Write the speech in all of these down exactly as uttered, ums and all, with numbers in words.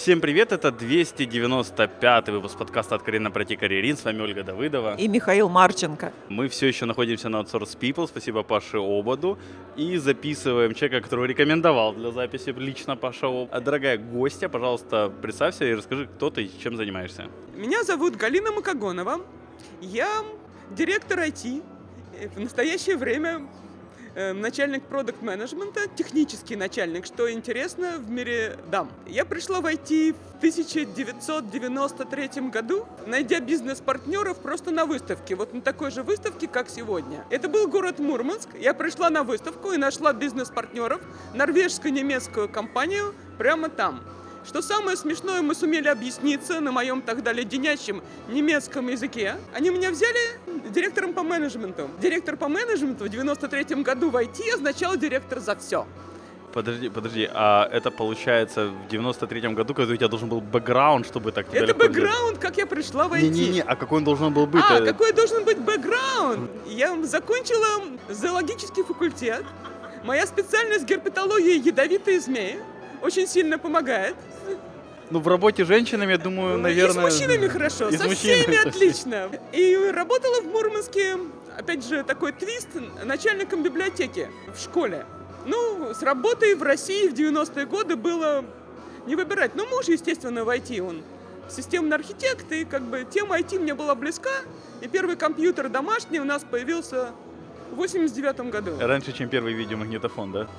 Всем привет, это двести девяносто пятый выпуск подкаста «От Карьерно пройти карьерин». С вами Ольга Давыдова. И Михаил Марченко. Мы все еще находимся на Outsource People, спасибо Паше Ободу. И записываем человека, которого рекомендовал для записи лично Паша Обод. А, дорогая гостья, пожалуйста, представься и расскажи, кто ты и чем занимаешься. Меня зовут Галина Макогонова. Я директор ай ти. В настоящее время начальник продакт-менеджмента, технический начальник, что интересно в мире дам. Я пришла в ай ти в тысяча девятьсот девяносто третьем году, найдя бизнес-партнеров просто на выставке, вот на такой же выставке, как сегодня. Это был город Мурманск. Я пришла на выставку и нашла бизнес-партнеров, норвежско-немецкую компанию прямо там. Что самое смешное, мы сумели объясниться на моем тогда леденящем немецком языке. Они меня взяли директором по менеджменту. Директор по менеджменту в девяносто третьем году в ай ти означал директор за все. Подожди, подожди, а это получается в девяносто третьем году, когда у тебя должен был бэкграунд, чтобы так тебя Это легко бэкграунд, взять? как я пришла в ай ти. Не-не-не, а какой он должен был быть? А, какой должен быть бэкграунд? Я закончила зоологический факультет. Моя специальность герпетология ядовитые змеи. Очень сильно помогает. Ну, в работе с женщинами, я думаю, наверное... И с мужчинами хорошо, и со мужчинами всеми отлично. И работала в Мурманске, опять же, такой твист, начальником библиотеки в школе. Ну, с работой в России в девяностые годы было не выбирать. Ну, муж, естественно, в ай ти, он системный архитект, и как бы тема ай ти мне была близка. И первый компьютер домашний у нас появился в восемьдесят девятом году. Раньше, чем первый видеомагнитофон, да?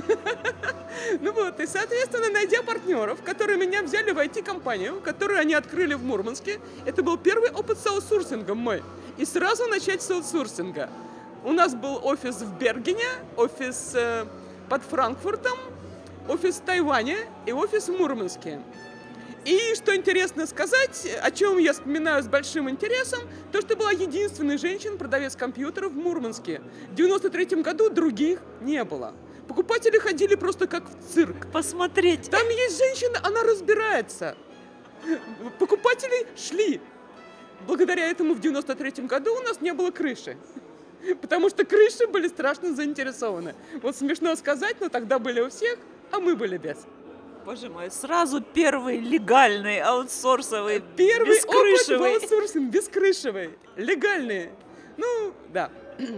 Ну вот, и, соответственно, найдя партнеров, которые меня взяли в ай ти-компанию, которую они открыли в Мурманске, это был первый опыт с аутсорсингом мой. И сразу начать с аутсорсинга. У нас был офис в Бергене, офис э, под Франкфуртом, офис в Тайване и офис в Мурманске. И что интересно сказать, о чем я вспоминаю с большим интересом, то, что была единственной женщиной-продавец компьютеров в Мурманске. В девяносто третьем году других не было. Покупатели ходили просто как в цирк. Посмотреть. Там есть женщина, она разбирается. Покупатели шли. Благодаря этому в девяносто третьем году у нас не было крыши. Потому что крыши были страшно заинтересованы. Вот смешно сказать, но тогда были у всех, а мы были без. Боже мой, сразу первый легальный аутсорсовый, Первый бескрышевый. опыт в аутсорсинге, бескрышевый, легальный. Ну, да.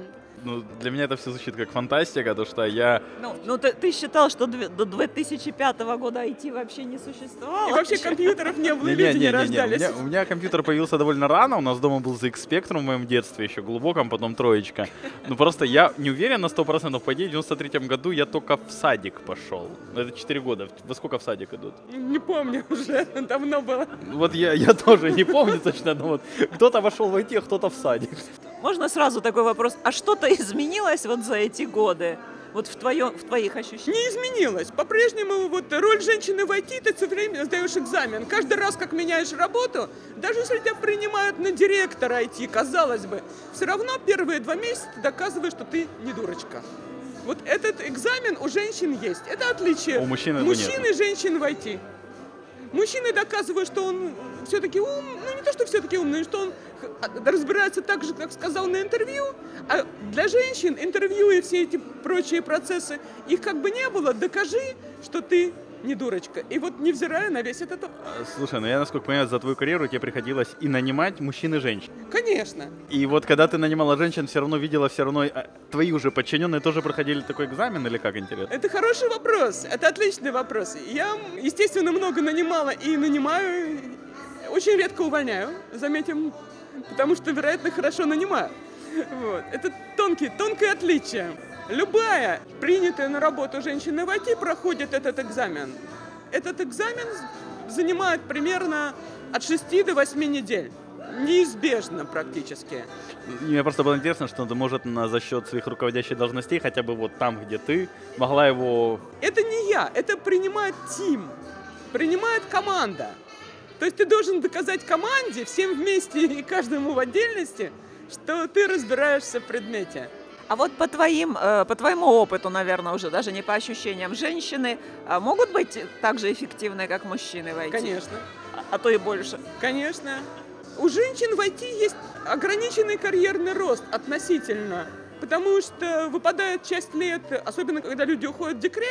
Ну, для меня это все звучит как фантастика, то что я... Ну, ну ты, ты считал, что дв- до две тысячи пятого года ай ти вообще не существовало? И вообще компьютеров не было, Не, люди не, не не, не, рождались. У, меня, у меня компьютер появился довольно рано, у нас дома был зет икс Spectrum в моем детстве, еще глубоком, потом троечка. Ну просто я не уверен на сто процентов, по идее, в девяносто третьем году я только в садик пошел. Это четыре года. Во сколько в садик идут? Не помню уже, давно было. Вот я, я тоже не помню точно, но вот кто-то вошел в ай ти, а кто-то в садик. Можно сразу такой вопрос, а что-то изменилось вот за эти годы? Вот в, твоем, в твоих ощущениях? Не изменилось. По-прежнему вот роль женщины в ай ти, ты все время сдаешь экзамен. Каждый раз, как меняешь работу, даже если тебя принимают на директора ай ти, казалось бы, все равно первые два месяца ты доказываешь, что ты не дурочка. Вот этот экзамен у женщин есть. Это отличие У мужчин мужчин нет. и женщин в ай ти. Мужчины доказывают, что он все-таки ум, ну не то, что все-таки умный, что он разбирается так же, как сказал на интервью, а для женщин интервью и все эти прочие процессы, их как бы не было, докажи, что ты не дурочка. И вот невзирая на весь этот... Слушай, ну я, насколько понимаю, за твою карьеру тебе приходилось и нанимать мужчин и женщин. Конечно. И вот когда ты нанимала женщин, все равно видела, все равно а, твои уже подчиненные тоже проходили такой экзамен или как, интересно? Это хороший вопрос, это отличный вопрос. Я, естественно, много нанимала и нанимаю, очень редко увольняю, заметим, потому что, вероятно, хорошо нанимаю. Вот. Это тонкий, тонкое отличие. Любая принятая на работу женщина в ай ти проходит этот экзамен. Этот экзамен занимает примерно от шести до восьми недель. Неизбежно практически. Мне просто было интересно, что ты, может, на, за счет своих руководящих должностей, хотя бы вот там, где ты, могла его... Это не я, это принимает тим, принимает команда. То есть ты должен доказать команде, всем вместе и каждому в отдельности, что ты разбираешься в предмете. А вот по, твоим, э, по твоему опыту, наверное, уже даже не по ощущениям, женщины э, могут быть так же эффективны, как мужчины в ай ти? Конечно. А, а то и больше. Конечно. У женщин в ай ти есть ограниченный карьерный рост относительно, потому что выпадает часть лет, особенно когда люди уходят в декрет,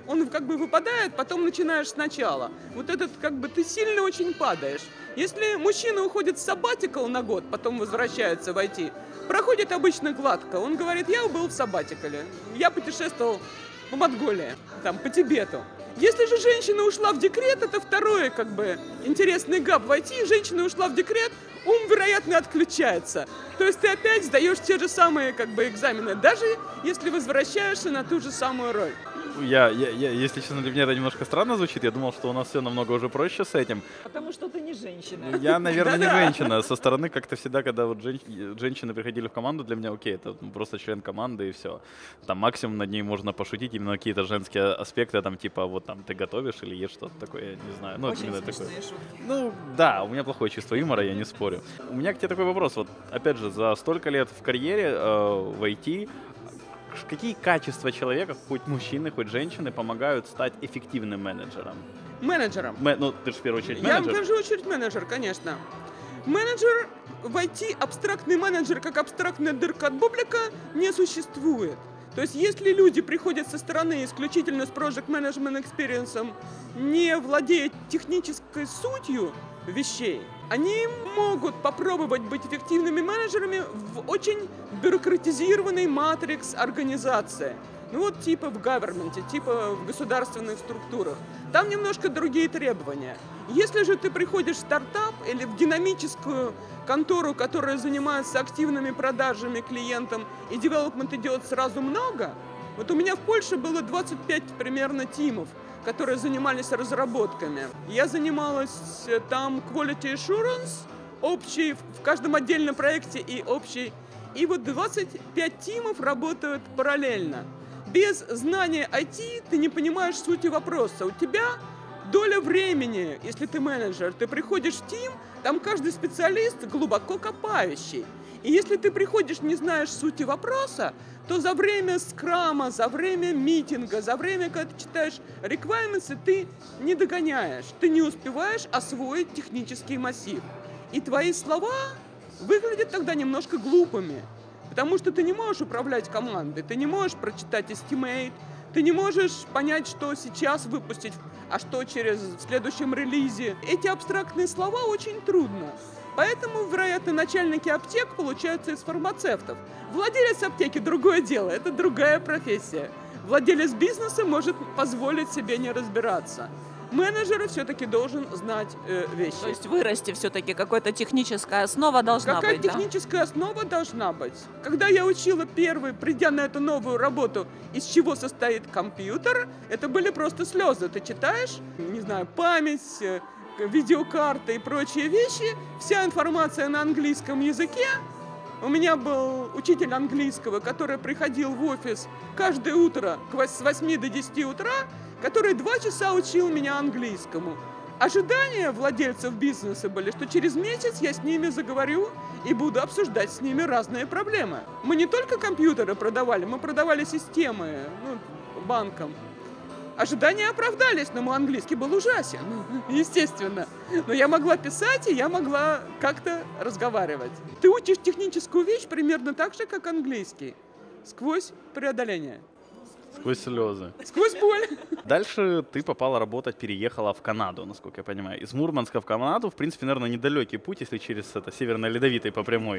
он как бы выпадает, потом начинаешь сначала. Вот этот как бы ты сильно очень падаешь. Если мужчина уходит в sabbatical на год, потом возвращается в ай ти, проходит обычно гладко. Он говорит, я был в саббатикале, я путешествовал по Монголии, там, по Тибету. Если же женщина ушла в декрет, это второй, как бы, интересный гап в ай ти. Женщина ушла в декрет, ум, вероятно, отключается. То есть ты опять сдаешь те же самые, как бы, экзамены, даже если возвращаешься на ту же самую роль. Я, я, я, если честно, для меня это немножко странно звучит. Я думал, что у нас все намного уже проще с этим. Потому что ты не женщина. Я, наверное, не Да-да. женщина. Со стороны как-то всегда, когда вот женщ- женщины приходили в команду, для меня окей, это ну, просто член команды и все. Там максимум над ней можно пошутить, именно какие-то женские аспекты, там типа вот там ты готовишь или ешь что-то такое, я не знаю. Ну, это Очень именно такое. смешные шутки. Ну, да, у меня плохое чувство юмора, я не спорю. У меня к тебе такой вопрос. Вот, опять же, за столько лет в карьере э, в ай ти, какие качества человека, хоть мужчины, хоть женщины, помогают стать эффективным менеджером? Менеджером. Ме- ну, ты же в первую очередь Я в менеджер. первую очередь менеджер, конечно. Менеджер в ай ти, абстрактный менеджер, как абстрактная дырка от бублика, не существует. То есть если люди приходят со стороны исключительно с project management experience, не владея технической сутью вещей, они могут попробовать быть эффективными менеджерами в очень бюрократизированной матрикс организации. Ну вот типа в government, типа в государственных структурах. Там немножко другие требования. Если же ты приходишь в стартап или в динамическую контору, которая занимается активными продажами клиентам, и девелопмент идет сразу много, вот у меня в Польше было двадцать пять примерно тимов, которые занимались разработками. Я занималась э, там quality assurance, общий, в каждом отдельном проекте и общий. И вот двадцать пять тимов работают параллельно. Без знания ай ти ты не понимаешь сути вопроса. У тебя доля времени, если ты менеджер, ты приходишь в тим, там каждый специалист глубоко копающий. И если ты приходишь, не знаешь сути вопроса, то за время скрама, за время митинга, за время, когда ты читаешь requirements, ты не догоняешь, ты не успеваешь освоить технический массив. И твои слова выглядят тогда немножко глупыми, потому что ты не можешь управлять командой, ты не можешь прочитать estimate, ты не можешь понять, что сейчас выпустить, а что через в следующем релизе. Эти абстрактные слова очень трудно. Поэтому, вероятно, начальники аптек получаются из фармацевтов. Владелец аптеки – другое дело, это другая профессия. Владелец бизнеса может позволить себе не разбираться. Менеджер все-таки должен знать э, вещи. То есть вырасти все-таки, какая-то техническая основа должна Какая быть, да? техническая основа должна быть? Когда я учила первый, придя на эту новую работу, из чего состоит компьютер, это были просто слезы. Ты читаешь, не знаю, память, э, видеокарты и прочие вещи, вся информация на английском языке. У меня был учитель английского, который приходил в офис каждое утро с восьми до десяти утра, который два часа учил меня английскому. Ожидания владельцев бизнеса были, что через месяц я с ними заговорю и буду обсуждать с ними разные проблемы. Мы не только компьютеры продавали, мы продавали системы, ну, банкам. Ожидания оправдались, но мой английский был ужасен, естественно. Но я могла писать, и я могла как-то разговаривать. Ты учишь техническую вещь примерно так же, как английский, сквозь преодоление. Сквозь слезы. Сквозь боль. Дальше ты попала работать, переехала в Канаду, насколько я понимаю. Из Мурманска в Канаду, в принципе, наверное, недалекий путь, если через это Северно-Ледовитый по прямой.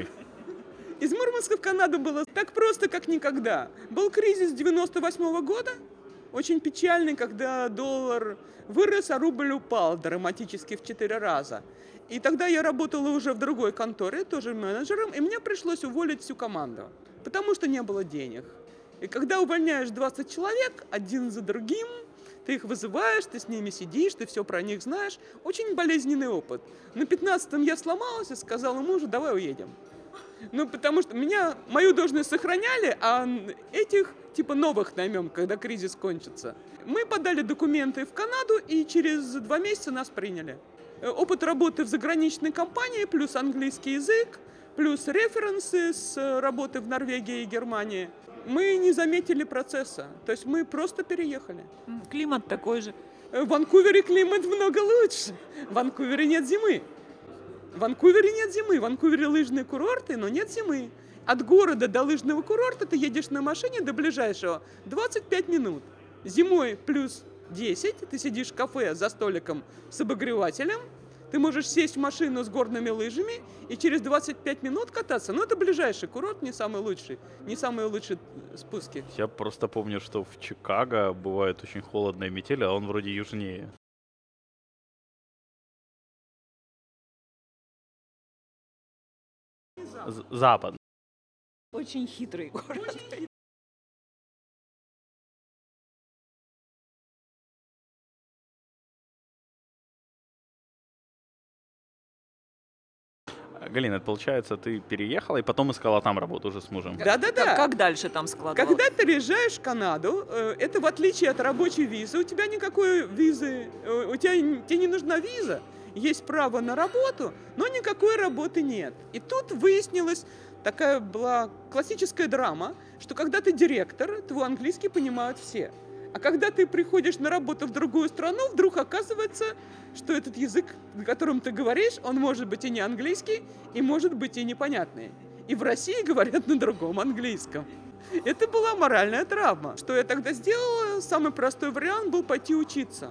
Из Мурманска в Канаду было так просто, как никогда. Был кризис девяносто восьмого года, очень печальный, когда доллар вырос, а рубль упал драматически в четыре раза. И тогда я работала уже в другой конторе, тоже менеджером, и мне пришлось уволить всю команду, потому что не было денег. И когда увольняешь двадцать человек, один за другим, ты их вызываешь, ты с ними сидишь, ты все про них знаешь. Очень болезненный опыт. На пятнадцатом я сломалась и сказала мужу, давай уедем. Ну, потому что меня, мою должность сохраняли, а этих типа новых наймем, когда кризис кончится. Мы подали документы в Канаду, и через два месяца нас приняли. Опыт работы в заграничной компании, плюс английский язык, плюс референсы с работы в Норвегии и Германии. Мы не заметили процесса, то есть мы просто переехали. М, Климат такой же. В Ванкувере климат много лучше. В Ванкувере нет зимы. В Ванкувере нет зимы. В Ванкувере лыжные курорты, но нет зимы. От города до лыжного курорта ты едешь на машине до ближайшего двадцать пять минут. Зимой плюс десять, ты сидишь в кафе за столиком с обогревателем, ты можешь сесть в машину с горными лыжами и через двадцать пять минут кататься. Ну, это ближайший курорт, не самый лучший, не самые лучшие спуски. Я просто помню, что в Чикаго бывает очень холодная метель, а он вроде южнее. З- Запад. Очень хитрый город. Галина, это получается, ты переехала и потом искала там работу уже с мужем? Да-да-да. Как, как дальше там складывалось? Когда переезжаешь в Канаду, э, это в отличие от рабочей визы, у тебя никакой визы, э, у тебя, н- тебе не нужна виза, есть право на работу, но никакой работы нет. И тут выяснилось, такая была классическая драма, что когда ты директор, твой английский понимают все. А когда ты приходишь на работу в другую страну, вдруг оказывается, что этот язык, на котором ты говоришь, он может быть и не английский, и может быть и непонятный. И в России говорят на другом английском. Это была моральная травма. Что я тогда сделала? Самый простой вариант был пойти учиться.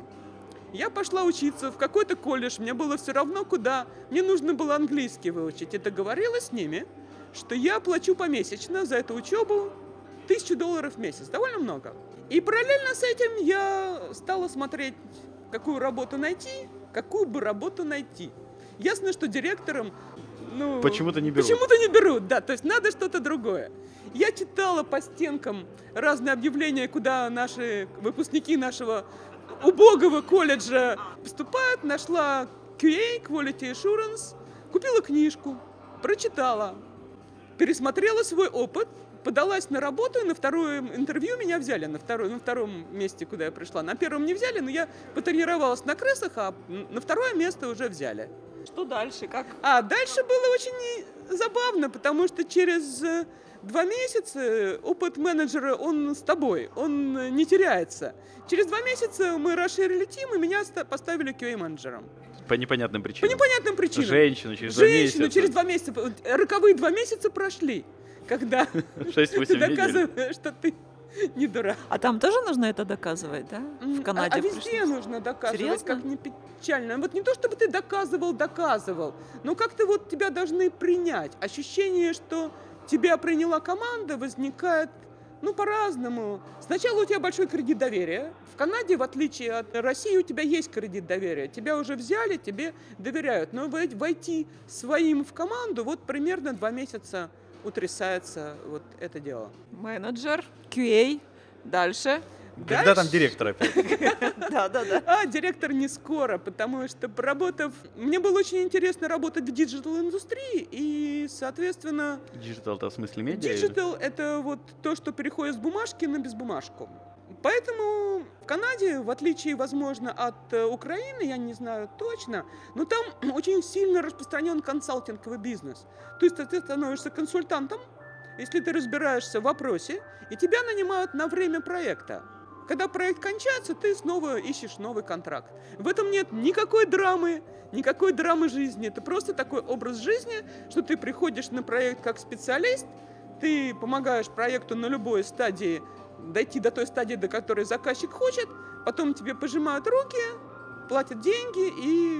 Я пошла учиться в какой-то колледж, мне было все равно куда. Мне нужно было английский выучить. И договорилась с ними, что я плачу помесячно за эту учебу тысячу долларов в месяц. Довольно много. И параллельно с этим я стала смотреть, какую работу найти, какую бы работу найти. Ясно, что директором, ну... Почему-то не берут. Почему-то не берут, да, то есть надо что-то другое. Я читала по стенкам разные объявления, куда наши выпускники нашего убогого колледжа поступают, нашла кью эй, Quality Assurance, купила книжку, прочитала, пересмотрела свой опыт, подалась на работу, и на второе интервью меня взяли, на, второй, на втором месте, куда я пришла. На первом не взяли, но я потренировалась на крысах, а на второе место уже взяли. Что дальше? Как? А дальше было очень забавно, потому что через э, два месяца опыт менеджера, он с тобой, он э, не теряется. Через два месяца мы расширили тим, и меня ста- поставили кью эй-менеджером. По непонятным По причинам. непонятным причинам. Женщину через два Женщину месяца. через два месяца. Вот роковые два месяца прошли, когда шесть-восемь ты недель. доказываешь, что ты не дурак. А там тоже нужно это доказывать, да? М, В Канаде. А, а везде пришлось. нужно доказывать, Серьезно? как не печально. Вот не то, чтобы ты доказывал, доказывал, но как-то вот тебя должны принять. Ощущение, что тебя приняла команда, возникает, ну, по-разному. Сначала у тебя большой кредит доверия. В Канаде, в отличие от России, у тебя есть кредит доверия. Тебя уже взяли, тебе доверяют. Но вой- войти своим в команду, вот примерно два месяца утрясается вот это дело. Менеджер, кью эй, дальше. Когда там Дальше- директор опять? Да, да, да. А, директор не скоро, потому что, поработав... Мне было очень интересно работать в диджитал-индустрии, и, соответственно, Диджитал это в смысле медиа? или- диджитал — это вот то, что переходит с бумажки на безбумажку. Поэтому в Канаде, в отличие, возможно, от э, Украины, я не знаю точно, но там очень сильно распространен консалтинговый бизнес. То есть ты становишься консультантом, если ты разбираешься в вопросе, и тебя нанимают на время проекта. Когда проект кончается, ты снова ищешь новый контракт. В этом нет никакой драмы, никакой драмы жизни. Это просто такой образ жизни, что ты приходишь на проект как специалист, ты помогаешь проекту на любой стадии дойти до той стадии, до которой заказчик хочет, потом тебе пожимают руки, платят деньги, и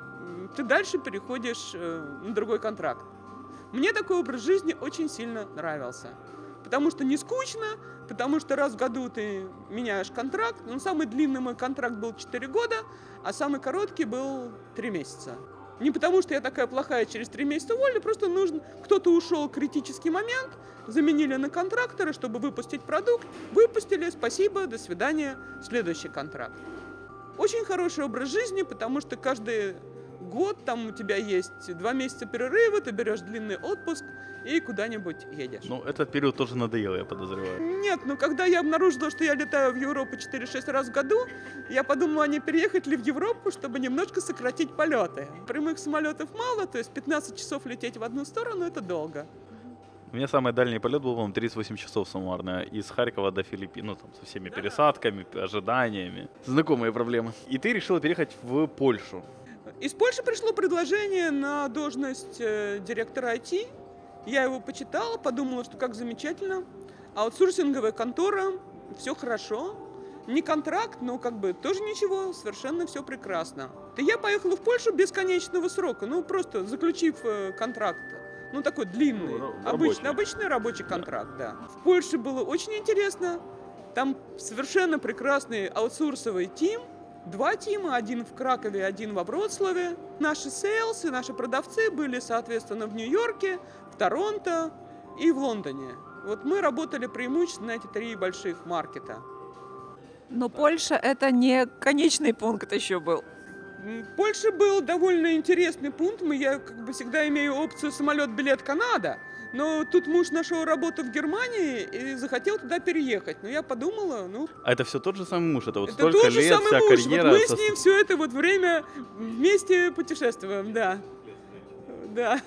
м, ты дальше переходишь э, на другой контракт. Мне такой образ жизни очень сильно нравился. Потому что не скучно, потому что раз в году ты меняешь контракт. Ну, самый длинный мой контракт был четыре года, а самый короткий был три месяца. Не потому что я такая плохая, через три месяца уволили, просто нужно... Кто-то ушел в критический момент, заменили на контрактора, чтобы выпустить продукт. Выпустили, спасибо, до свидания, следующий контракт. Очень хороший образ жизни, потому что каждый год там у тебя есть два месяца перерыва, ты берешь длинный отпуск и куда-нибудь едешь. Ну, этот период тоже надоел, я подозреваю. Нет, ну когда я обнаружила, что я летаю в Европу четыре-шесть раз в году, я подумала, а не переехать ли в Европу, чтобы немножко сократить полеты. Прямых самолетов мало, то есть пятнадцать часов лететь в одну сторону — это долго. У меня самый дальний полет был, по-моему, тридцать восемь часов суммарно. Из Харькова до Филиппин, ну, там, со всеми пересадками, ожиданиями. Знакомые проблемы. И ты решила переехать в Польшу. Из Польши пришло предложение на должность э, директора ай ти. Я его почитала, подумала, что как замечательно. Аутсорсинговая контора, все хорошо. Не контракт, но как бы тоже ничего, совершенно все прекрасно. Да я поехала в Польшу без конечного срока, ну просто заключив э, контракт. Ну такой длинный, Ну, рабочий. обычный, обычный рабочий контракт, да. В Польше было очень интересно. Там совершенно прекрасный аутсорсовый тим. Два тима, один в Кракове, один во Вроцлаве. Наши сейлсы, наши продавцы были, соответственно, в Нью-Йорке, в Торонто и в Лондоне. Вот мы работали преимущественно на эти три больших маркета. Но Польша это не конечный пункт еще был. М, В Польше был довольно интересный пункт. Мы, я как бы всегда имею опцию самолет-билет Канада. Но тут муж нашел работу в Германии и захотел туда переехать. Но я подумала, ну, А это все тот же самый муж, это вот это столько тот же лет, самый вся муж. Вот карьера. мы со- с ним все это вот время вместе путешествуем, да. Да.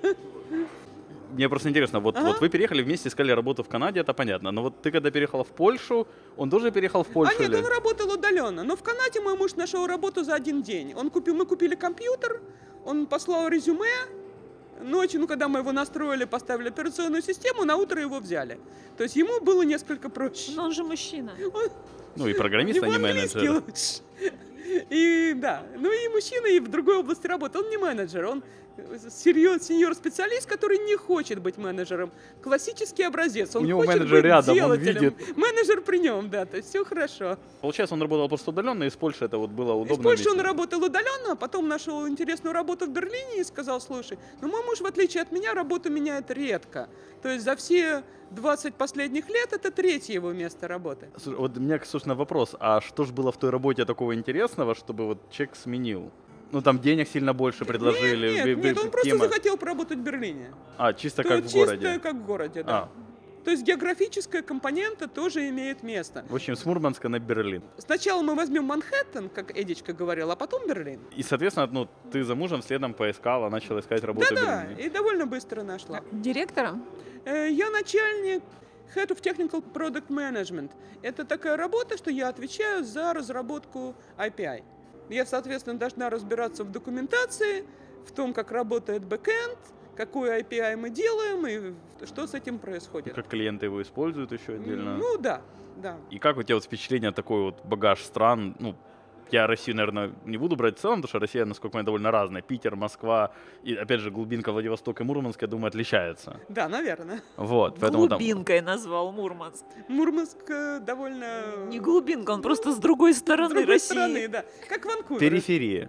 Мне просто интересно, вот, Ага. вот вы переехали вместе, искали работу в Канаде, это понятно. Но вот ты когда переехала в Польшу, он тоже переехал в Польшу? А нет, или- он работал удаленно. Но в Канаде мой муж нашел работу за один день. Он купил, мы купили компьютер, он послал резюме. Ночью, ну, когда мы его настроили, поставили операционную систему, на утро его взяли. То есть ему было несколько проще. Но он же мужчина. Ну и программист, У а не него английский менеджер. лучше. И да, ну и мужчина, и в другой области работы. Он не менеджер, он серьезный сеньор-специалист, который не хочет быть менеджером. Классический образец. Он У него хочет менеджер быть рядом, он делателем. видит. Менеджер при нем, да, то есть все хорошо. Получается, он работал просто удаленно, из Польши это вот было Из удобно. Польши он вместе. работал удаленно, а потом нашел интересную работу в Берлине и сказал: слушай, ну мой муж, в отличие от меня, работу меняет редко. То есть за все двадцать последних лет это третье его место работы. Слушай, вот у меня, собственно, вопрос, а что же было в той работе такого интересного, чтобы вот человек сменил? Ну, там денег сильно больше предложили. Нет, бе- нет, бе- нет, он просто тема. захотел поработать в Берлине. А, чисто То как в есть чисто городе. как в городе, да. А, То есть географическая компонента тоже имеет место. в общем, с Мурманска на Берлин. Сначала мы возьмем Манхэттен, как Эдичка говорила, а потом Берлин. И, соответственно, ну, ты за мужем следом поискала, начала искать работу в Да-да, Берлине. и довольно быстро нашла. Директором? Э, Я начальник Head of Technical Product Management. Это такая работа, что я отвечаю за разработку эй пи ай. Я, соответственно, должна разбираться в документации, в том, как работает бэкэнд, какой эй пи ай мы делаем и что с этим происходит. Как клиенты его используют еще отдельно. Ну да, да. И как у тебя вот впечатление, такой вот багаж стран, ну, я Россию, наверное, не буду брать в целом, потому что Россия, насколько я понимаю, довольно разная. Питер, Москва и, опять же, глубинка Владивосток и Мурманск, я думаю, отличаются. Да, наверное. Вот, поэтому там... Глубинкой назвал Мурманск. Мурманск э, довольно... Не глубинка, он просто с другой с стороны другой России. стороны, да. Как Ванкувер. Периферия.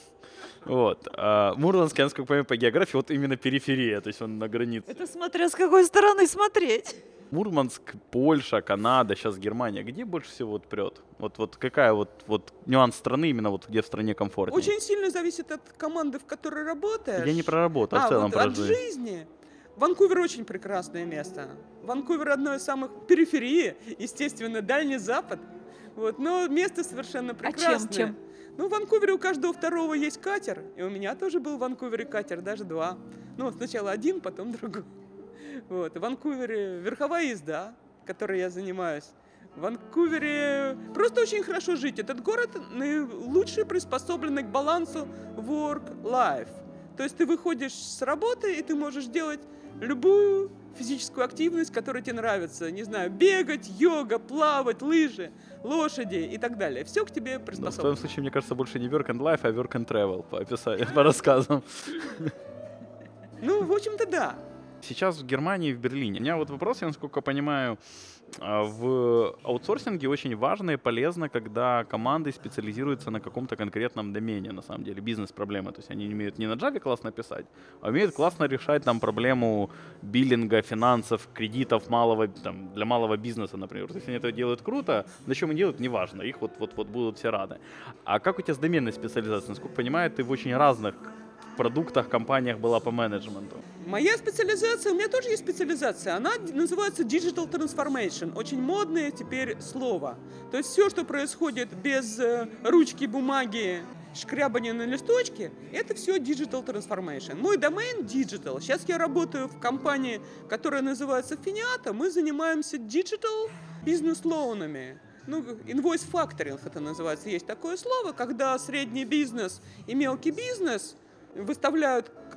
Вот. А Мурманск, я, насколько понимаю, по географии, вот именно периферия, то есть он на границе. Это смотря с какой стороны смотреть. Мурманск, Польша, Канада, сейчас Германия. Где больше всего вот прет? Вот, вот какая вот, вот нюанс страны именно вот где в стране комфортнее? Очень сильно зависит от команды, в которой работаешь. Я не про работу, а, А, в целом вот про от жизнь. жизни. Ванкувер очень прекрасное место. Ванкувер одно из самых периферии, естественно, Дальний Запад. Вот, но место совершенно прекрасное. А чем, чем? Ну, в Ванкувере у каждого второго есть катер, и у меня тоже был в Ванкувере катер, даже два. Ну, вот сначала один, потом другой. Вот, в Ванкувере верховая езда, которой я занимаюсь. В Ванкувере просто очень хорошо жить. Этот город лучше приспособленный к балансу work-life. То есть ты выходишь с работы, и ты можешь делать любую физическую активность, которая тебе нравится. Не знаю, бегать, йога, плавать, лыжи, лошади и так далее. Все к тебе Но в твоем приспособлено. случае, мне кажется, больше не work and life, а work and travel по описанию, по рассказам. Ну, в общем-то, да. Сейчас в Германии и в Берлине. У меня вот вопрос, я насколько понимаю, а, в аутсорсинге очень важно и полезно, когда команды специализируются на каком-то конкретном домене, на самом деле, бизнес-проблемы. То есть они умеют не на Java классно писать, а умеют классно решать там проблему биллинга, финансов, кредитов малого, там, для малого бизнеса, например. То есть они это делают круто, на чем они делают, неважно, их вот-вот будут все рады. А как у тебя с доменной специализацией? Насколько понимаю, ты в очень разных продуктах, компаниях была по менеджменту. Моя специализация, у меня тоже есть специализация, она д- называется Digital Transformation, очень модное теперь слово. То есть все, что происходит без э, ручки, бумаги, шкрябания на листочке, это все Digital Transformation. Мой домен Digital. Сейчас я работаю в компании, которая называется Finiata, мы занимаемся Digital бизнес-лоунами. Ну, invoice factoring это называется, есть такое слово, когда средний бизнес и мелкий бизнес выставляют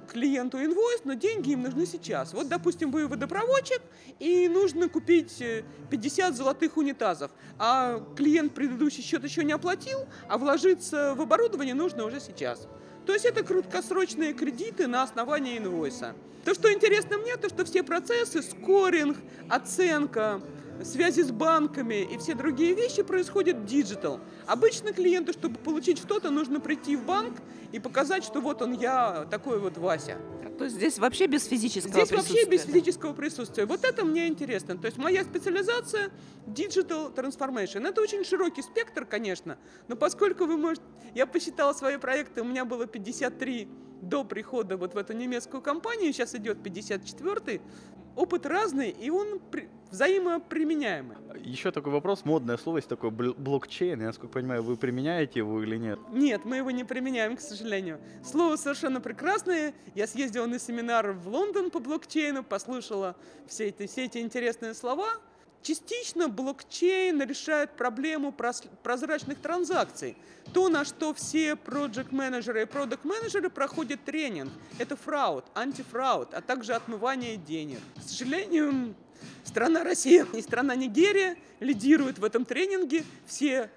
клиенту инвойс, но деньги им нужны сейчас. Вот, допустим, вы водопроводчик, и нужно купить пятьдесят золотых унитазов, а клиент предыдущий счет еще не оплатил, а вложиться в оборудование нужно уже сейчас. То есть это краткосрочные кредиты на основании инвойса. То, что интересно мне, то, что все процессы, скоринг, оценка, связи с банками и все другие вещи происходят диджитал. Обычно клиенту, чтобы получить что-то, нужно прийти в банк и показать, что вот он, я такой вот Вася. То есть здесь вообще без физического Здесь присутствия? вообще без физического присутствия. Вот это мне интересно. То есть моя специализация Digital Transformation. Это очень широкий спектр, конечно, но поскольку вы можете... Я посчитала свои проекты, у меня было пятьдесят три до прихода вот в эту немецкую компанию, сейчас идет пятьдесят четвёртый. Опыт разный, и он при... взаимоприменяемый. Еще такой вопрос, модное слово есть такое, бл- блокчейн. Я, насколько понимаю, вы применяете его или нет? Нет, мы его не применяем, к сожалению. Слово совершенно прекрасное. Я съездила на семинар в Лондон по блокчейну, послушала все эти, все эти интересные слова. Частично блокчейн решает проблему прос- прозрачных транзакций. То, на что все проект-менеджеры и продакт-менеджеры проходят тренинг. Это фрауд, антифрауд, а также отмывание денег. К сожалению, страна Россия и страна Нигерия лидируют в этом тренинге. Все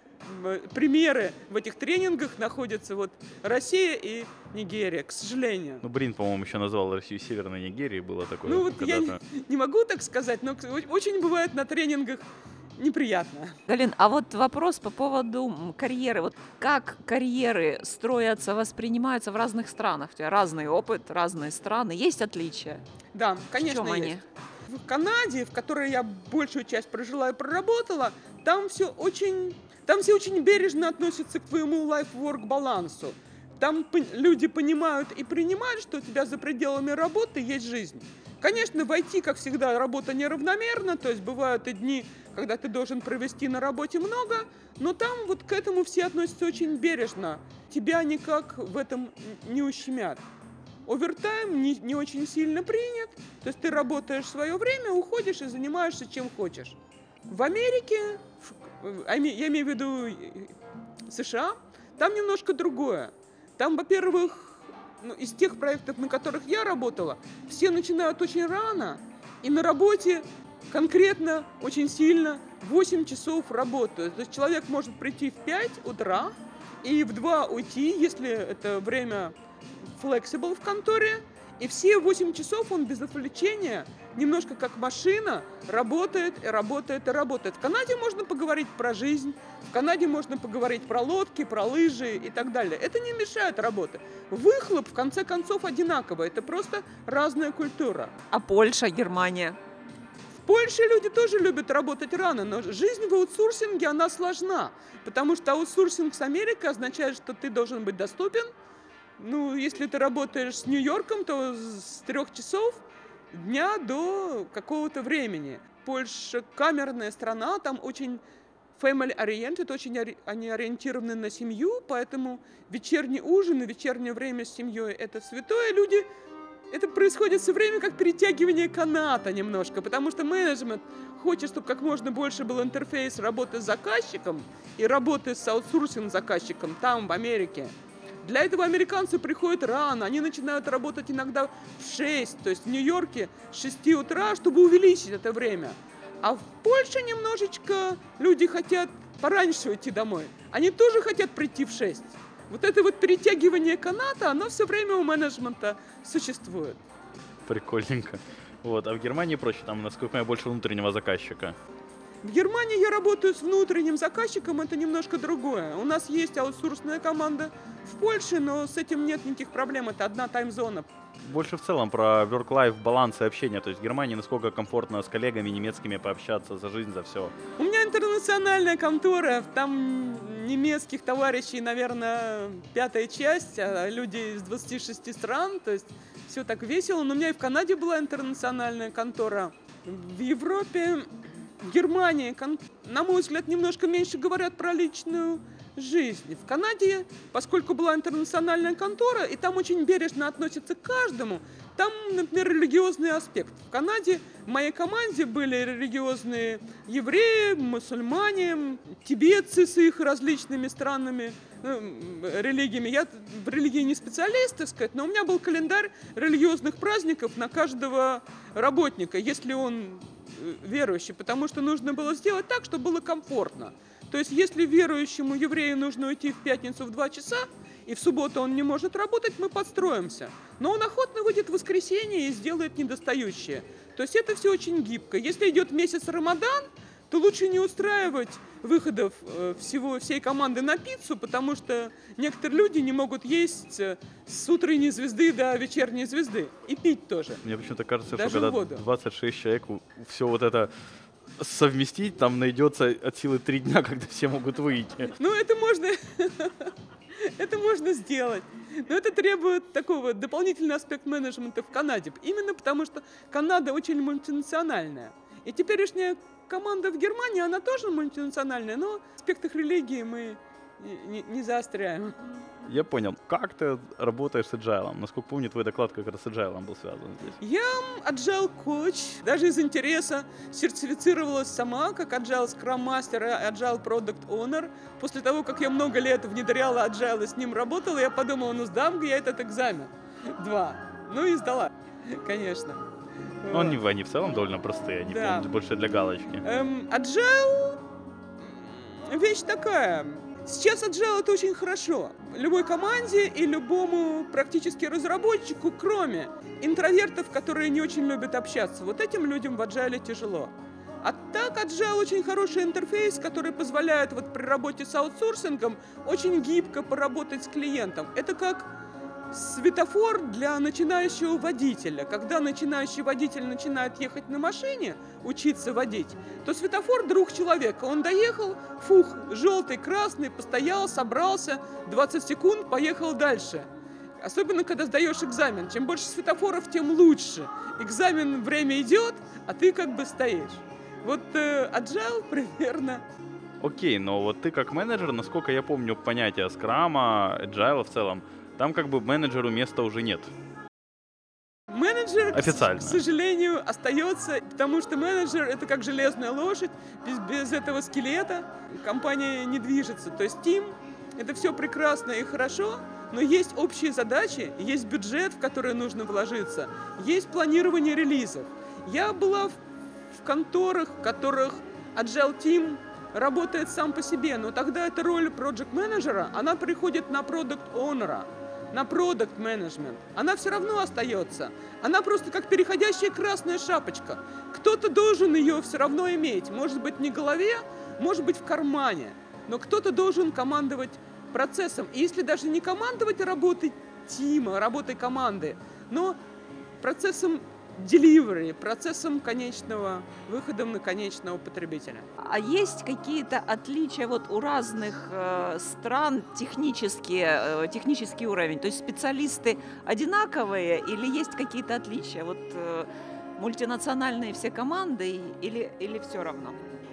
примеры в этих тренингах находятся вот Россия и Нигерия, к сожалению. Ну, Брин, по-моему, еще назвал Россию Северной Нигерией, было такое. Ну вот я не, когда-то. не могу так сказать, но очень бывает на тренингах неприятно. Галин, а вот вопрос по поводу м, карьеры. Вот как карьеры строятся, воспринимаются в разных странах? У тебя разный опыт, разные страны. Есть отличия? Да, В конечно, чем они? есть. В Канаде, в которой я большую часть прожила и проработала, там все очень, там все очень бережно относятся к твоему life-work балансу. Там пон- люди понимают и принимают, что у тебя за пределами работы есть жизнь. Конечно, в ай ти, как всегда, работа неравномерна, то есть бывают и дни, когда ты должен провести на работе много, но там вот к этому все относятся очень бережно. Тебя никак в этом не ущемят. Овертайм не, не очень сильно принят, то есть ты работаешь в свое время, уходишь и занимаешься чем хочешь. В Америке, в- я имею в виду США, там немножко другое. Там, во-первых, ну, из тех проектов, на которых я работала, все начинают очень рано, и на работе конкретно очень сильно восемь часов работают. То есть человек может прийти в пять утра и в два уйти, если это время flexible в конторе, и все восемь часов он без отвлечения, немножко как машина, работает и работает и работает. В Канаде можно поговорить про жизнь, в Канаде можно поговорить про лодки, про лыжи и так далее. Это не мешает работе. Выхлоп, в конце концов, одинаковый. Это просто разная культура. А Польша, Германия? В Польше люди тоже любят работать рано, но жизнь в аутсорсинге, она сложна. Потому что аутсорсинг с Америкой означает, что ты должен быть доступен. Ну, если ты работаешь с Нью-Йорком, то с трех часов дня до какого-то времени. Польша камерная страна, там очень family-oriented, очень ори- они ориентированы на семью, поэтому вечерний ужин и вечернее время с семьей – это святое. Люди, это происходит все время как перетягивание каната немножко, потому что менеджмент хочет, чтобы как можно больше был интерфейс работы с заказчиком и работы с аутсорсинг-заказчиком там, в Америке. Для этого американцы приходят рано, они начинают работать иногда в шесть, то есть в Нью-Йорке с шести утра, чтобы увеличить это время. А в Польше немножечко люди хотят пораньше уйти домой. Они тоже хотят прийти в шесть. Вот это вот перетягивание каната, оно все время у менеджмента существует. Прикольненько. Вот, а в Германии проще, там, насколько я понимаю, больше внутреннего заказчика. В Германии я работаю с внутренним заказчиком, это немножко другое. У нас есть аутсорсная команда в Польше, но с этим нет никаких проблем, это одна таймзона. Больше в целом про work-life баланс и общение. То есть в Германии насколько комфортно с коллегами немецкими пообщаться за жизнь, за все. У меня интернациональная контора, там немецких товарищей, наверное, пятая часть, а люди из двадцати шести стран, то есть все так весело. Но у меня и в Канаде была интернациональная контора. В Европе, в Германии, кон- на мой взгляд, немножко меньше говорят про личную жизнь. В Канаде, поскольку была интернациональная контора, и там очень бережно относятся к каждому, там, например, религиозный аспект. В Канаде в моей команде были религиозные евреи, мусульмане, тибетцы с их различными странами ну, м, религиями. Я в религии не специалист, так сказать, но у меня был календарь религиозных праздников на каждого работника, если он э, верующий, потому что нужно было сделать так, чтобы было комфортно. То есть если верующему еврею нужно уйти в пятницу в два часа, и в субботу он не может работать, мы подстроимся. Но он охотно выйдет в воскресенье и сделает недостающее. То есть это все очень гибко. Если идет месяц Рамадан, то лучше не устраивать выходов э, всего, всей команды на пиццу, потому что некоторые люди не могут есть э, с утренней звезды до вечерней звезды. И пить тоже. Мне почему-то кажется, Даже что когда воду. двадцать шесть человек, все вот это совместить, там найдется от силы три дня, когда все могут выйти. Ну, это можно, это можно сделать. Но это требует такого дополнительного аспект менеджмента в Канаде. Именно потому, что Канада очень мультинациональная. И теперешняя команда в Германии, она тоже мультинациональная, но в аспектах религии мы не, не- не заостряем. Я понял. Как ты работаешь с agile? Насколько помню, твой доклад как раз с agile был связан здесь. Я agile coach, даже из интереса сертифицировалась сама как agile scrum master и agile product owner. После того, как я много лет внедряла agile и с ним работала, я подумала, ну сдам я этот экзамен. Два. Ну и сдала, конечно. Ну, Вот. они, они в целом довольно простые, они Да. помню, больше для галочки. Эм, agile м, вещь такая. Сейчас agile это очень хорошо. Любой команде и любому практически разработчику, кроме интровертов, которые не очень любят общаться. Вот этим людям в agile тяжело. А так agile очень хороший интерфейс, который позволяет вот при работе с аутсорсингом очень гибко поработать с клиентом. Это как светофор для начинающего водителя. Когда начинающий водитель начинает ехать на машине, учиться водить, то светофор друг человека. Он доехал, фух, желтый, красный, постоял, собрался, двадцать секунд, поехал дальше. Особенно, когда сдаешь экзамен. Чем больше светофоров, тем лучше. Экзамен, время идет, а ты как бы стоишь. Вот э, agile примерно. Окей, но вот ты как менеджер, насколько я помню понятие скрама, agile в целом, там как бы менеджеру места уже нет. Менеджер, к- Официально. к сожалению, остается, потому что менеджер это как железная лошадь, без, без этого скелета компания не движется. То есть тим это все прекрасно и хорошо, но есть общие задачи, есть бюджет, в который нужно вложиться, есть планирование релизов. Я была в, в конторах, в которых Agile Team работает сам по себе, но тогда эта роль project менеджера, она приходит на product owner, на product management. Она все равно остается. Она просто как переходящая красная шапочка. Кто-то должен ее все равно иметь. Может быть, не в голове, может быть, в кармане. Но кто-то должен командовать процессом. И если даже не командовать работой тима, работой команды, но процессом delivery, процессом конечного, выходом на конечного потребителя. А есть какие-то отличия вот у разных э, стран технические, э, технический уровень? То есть специалисты одинаковые или есть какие-то отличия? Вот э, мультинациональные все команды и- или, или все равно?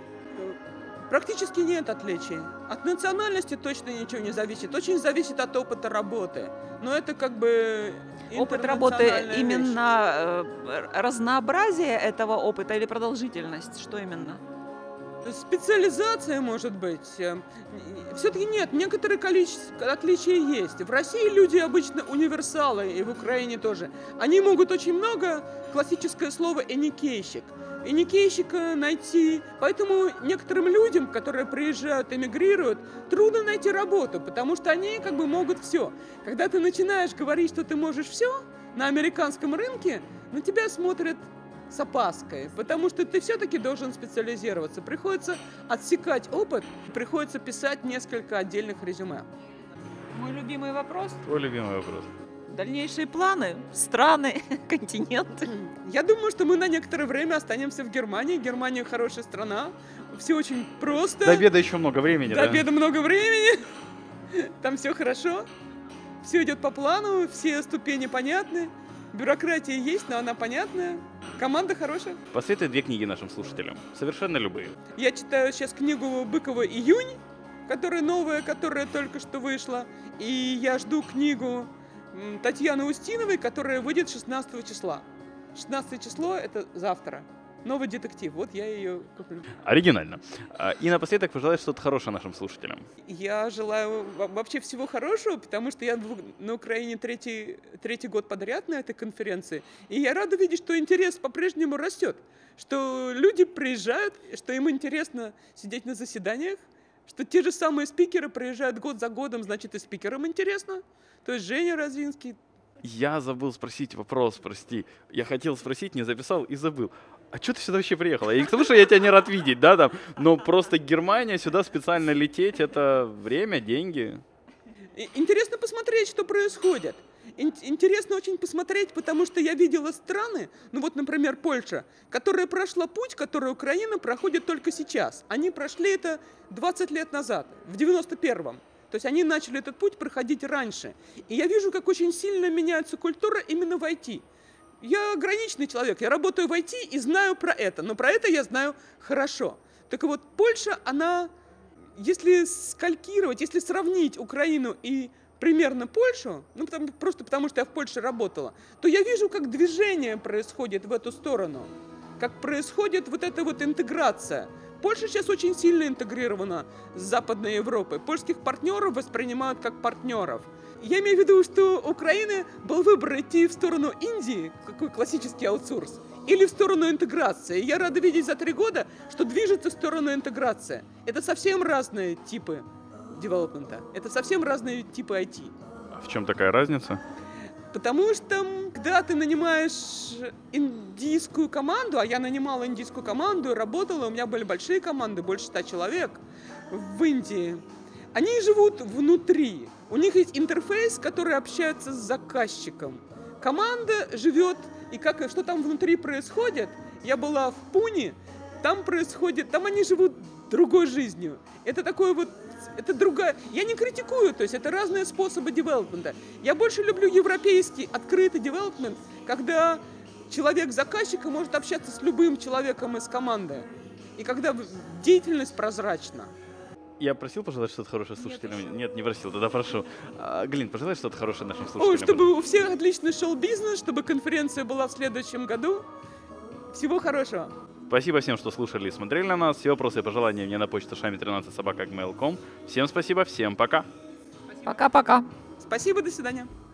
Практически нет отличий. От национальности точно ничего не зависит. Очень зависит от опыта работы. Но это как бы Опыт работы интернациональная вещь. именно э, разнообразие этого опыта или продолжительность? Что именно? Специализация может быть. Все-таки нет, некоторые количество, отличия есть. В России люди обычно универсалы, и в Украине тоже. Они могут очень много, классическое слово «эникейщик». Эникейщика найти. Поэтому некоторым людям, которые приезжают, эмигрируют, трудно найти работу, потому что они как бы могут все. Когда ты начинаешь говорить, что ты можешь все на американском рынке, на тебя смотрят с опаской, потому что ты все-таки должен специализироваться. Приходится отсекать опыт, приходится писать несколько отдельных резюме. Мой любимый вопрос. Твой любимый вопрос. Дальнейшие планы, страны, континенты. Я думаю, что мы на некоторое время останемся в Германии. Германия хорошая страна, все очень просто. До обеда еще много времени, До да? обеда много времени, там все хорошо, все идет по плану, все ступени понятны, бюрократия есть, но она понятная, команда хорошая. Посоветуй две книги нашим слушателям. Совершенно любые. Я читаю сейчас книгу Быкова «Июнь», которая новая, которая только что вышла, и я жду книгу м, Татьяны Устиновой, которая выйдет шестнадцатого числа. шестнадцатое число — это завтра. новый детектив. Вот я ее куплю. Оригинально. А, И напоследок пожелай что-то хорошее нашим слушателям. Я желаю во- вообще всего хорошего, потому что я в- на Украине третий, третий год подряд на этой конференции. И я рада видеть, что интерес по-прежнему растет. Что люди приезжают, что им интересно сидеть на заседаниях, что те же самые спикеры приезжают год за годом, значит, и спикерам интересно. То есть Женя Розинский. Я забыл спросить вопрос, прости. Я хотел спросить, не записал и забыл. А что ты сюда вообще приехала? Я не к тому, что я тебя не рад видеть, да, там, но просто Германия, сюда специально лететь, это время, деньги. И- Интересно посмотреть, что происходит. Ин- Интересно очень посмотреть, потому что я видела страны, ну вот, например, Польша, которая прошла путь, который Украина проходит только сейчас. Они прошли это двадцать лет назад, в девяносто первом. То есть они начали этот путь проходить раньше. И я вижу, как очень сильно меняется культура именно в ай ти. Я ограниченный человек, я работаю в ай ти и знаю про это, но про это я знаю хорошо. Так вот, Польша, она, если скалькировать, если сравнить Украину и примерно Польшу, ну потому, просто потому что я в Польше работала, то я вижу, как движение происходит в эту сторону, как происходит вот эта вот интеграция. Польша сейчас очень сильно интегрирована с Западной Европой. Польских партнеров воспринимают как партнеров. Я имею в виду, что у Украины был выбор идти в сторону Индии, какой классический аутсорс, или в сторону интеграции. И я рада видеть за три года, что движется в сторону интеграции. Это совсем разные типы девелопмента. Это совсем разные типы ай ти. А в чем такая разница? Потому что, м, когда ты нанимаешь индийскую команду, а я нанимала индийскую команду и работала, у меня были большие команды, больше ста человек в Индии, они живут внутри. У них есть интерфейс, который общается с заказчиком. Команда живет, и как, что там внутри происходит, я была в Пуне, там происходит, там они живут другой жизнью. Это такое вот, это другая, я не критикую, то есть это разные способы девелопмента. Я больше люблю европейский открытый девелопмент, когда человек-заказчик может общаться с любым человеком из команды, и когда в- деятельность прозрачна. Я просил пожелать что-то хорошее слушателям? Нет, не просил, тогда прошу. А, Галин, пожелай что-то хорошее нашим слушателям. Ой, чтобы у всех отлично шел бизнес, чтобы конференция была в следующем году. Всего хорошего. Спасибо всем, что слушали и смотрели на нас. Все вопросы и пожелания мне на почту шами тринадцать собака точка гмейл точка ком. Всем спасибо, всем пока. Пока-пока. Спасибо, до свидания.